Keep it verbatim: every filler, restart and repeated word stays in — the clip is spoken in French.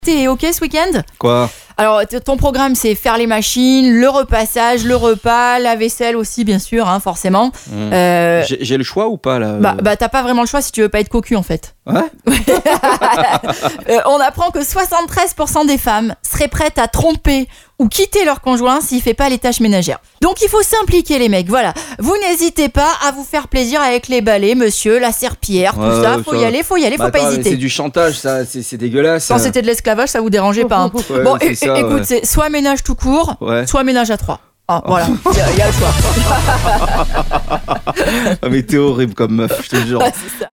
T'es ok ce week-end ? Quoi ? Alors, t- ton programme, c'est faire les machines, le repassage, le repas, la vaisselle aussi, bien sûr, hein, forcément. Mmh. Euh, J'ai, j'ai le choix ou pas là ? bah, bah, t'as pas vraiment le choix si tu veux pas être cocu, en fait. Ouais. Euh, on apprend que soixante-treize pour cent des femmes seraient prêtes à tromper ou quitter leur conjoint s'il fait pas les tâches ménagères. Donc il faut s'impliquer les mecs, voilà. Vous n'hésitez pas à vous faire plaisir avec les balais, monsieur, la serpillière, tout Ouais, ça. ouais, Faut ça y va. aller, faut y aller, faut Bah, pas attends, mais hésiter. c'est du chantage, ça, c'est, c'est dégueulasse. Quand ça. c'était de l'esclavage, ça vous dérangeait pas. Hein. Ouais, bon, c'est é- ça, écoute, ouais. c'est soit ménage tout court, Ouais. soit ménage à trois. Ah, voilà, il y, a- y a le choix. Ah, mais t'es horrible comme meuf, je te jure. Ouais, c'est ça.